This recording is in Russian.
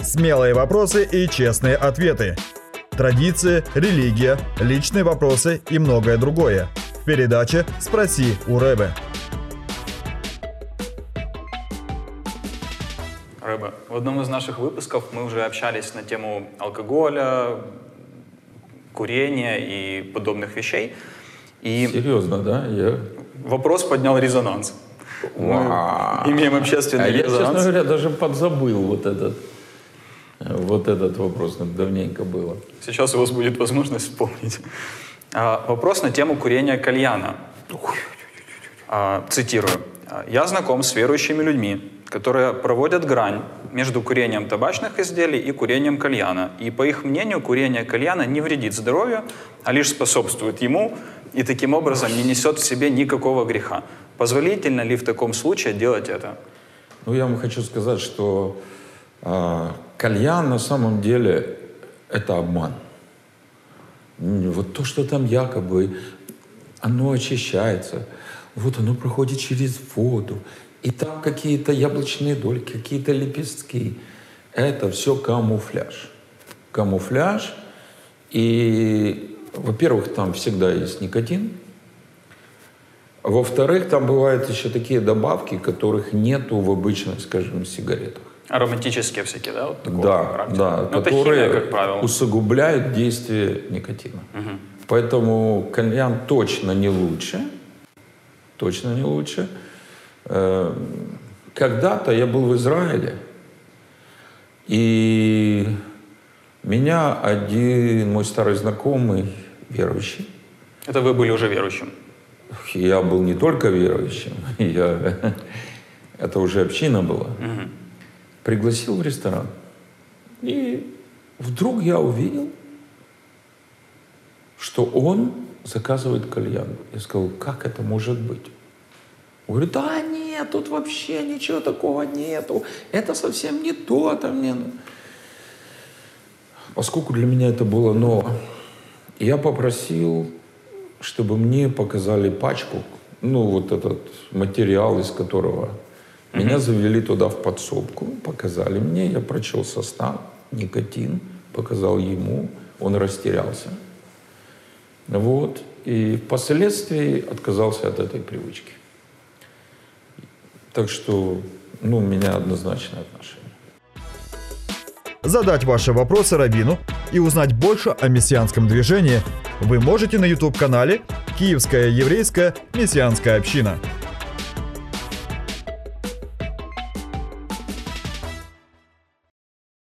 Смелые вопросы и честные ответы. Традиции, религия, личные вопросы и многое другое. В передаче «Спроси у Рэбе». Рэбе, в одном из наших выпусков мы уже общались на тему алкоголя, курения и подобных вещей. И серьезно, да? Вопрос поднял резонанс. Мы имеем общественный резонанс. Я, честно говоря, даже подзабыл вот этот вопрос, давненько было. Сейчас у вас будет возможность вспомнить. Вопрос на тему курения кальяна. Цитирую. «Я знаком с верующими людьми, которые проводят грань между курением табачных изделий и курением кальяна. И, по их мнению, курение кальяна не вредит здоровью, а лишь способствует ему и таким образом не несет в себе никакого греха. Позволительно ли в таком случае делать это?» Ну, я вам хочу сказать, что кальян на самом деле это обман. Вот то, что там якобы оно очищается, вот оно проходит через воду, и там какие-то яблочные доли, какие-то лепестки. Это все камуфляж. Камуфляж. И, во-первых, там всегда есть никотин. Во-вторых, там бывают еще такие добавки, которых нету в обычных, скажем, сигаретах. Ароматические всякие, да? Вот такого характера? Да, которые химия, как правило, усугубляют действие никотина. Угу. Поэтому кальян точно не лучше. Точно не лучше. Когда-то я был в Израиле, и меня один мой старый знакомый, верующий. Это вы были уже верующим? Я был не только верующим, это уже община была. Угу. Пригласил в ресторан. И вдруг я увидел, что он заказывает кальян. Я сказал, как это может быть? Он говорит, да нет, тут вообще ничего такого нету. Это совсем не то. Там не... Поскольку для меня это было ново, я попросил, чтобы мне показали пачку, вот этот материал, из которого меня завели туда в подсобку, показали мне, я прочел состав, никотин, показал ему, он растерялся. Вот, и впоследствии отказался от этой привычки. Так что, у меня однозначное отношение. Задать ваши вопросы раввину и узнать больше о мессианском движении вы можете на YouTube-канале «Киевская еврейская мессианская община».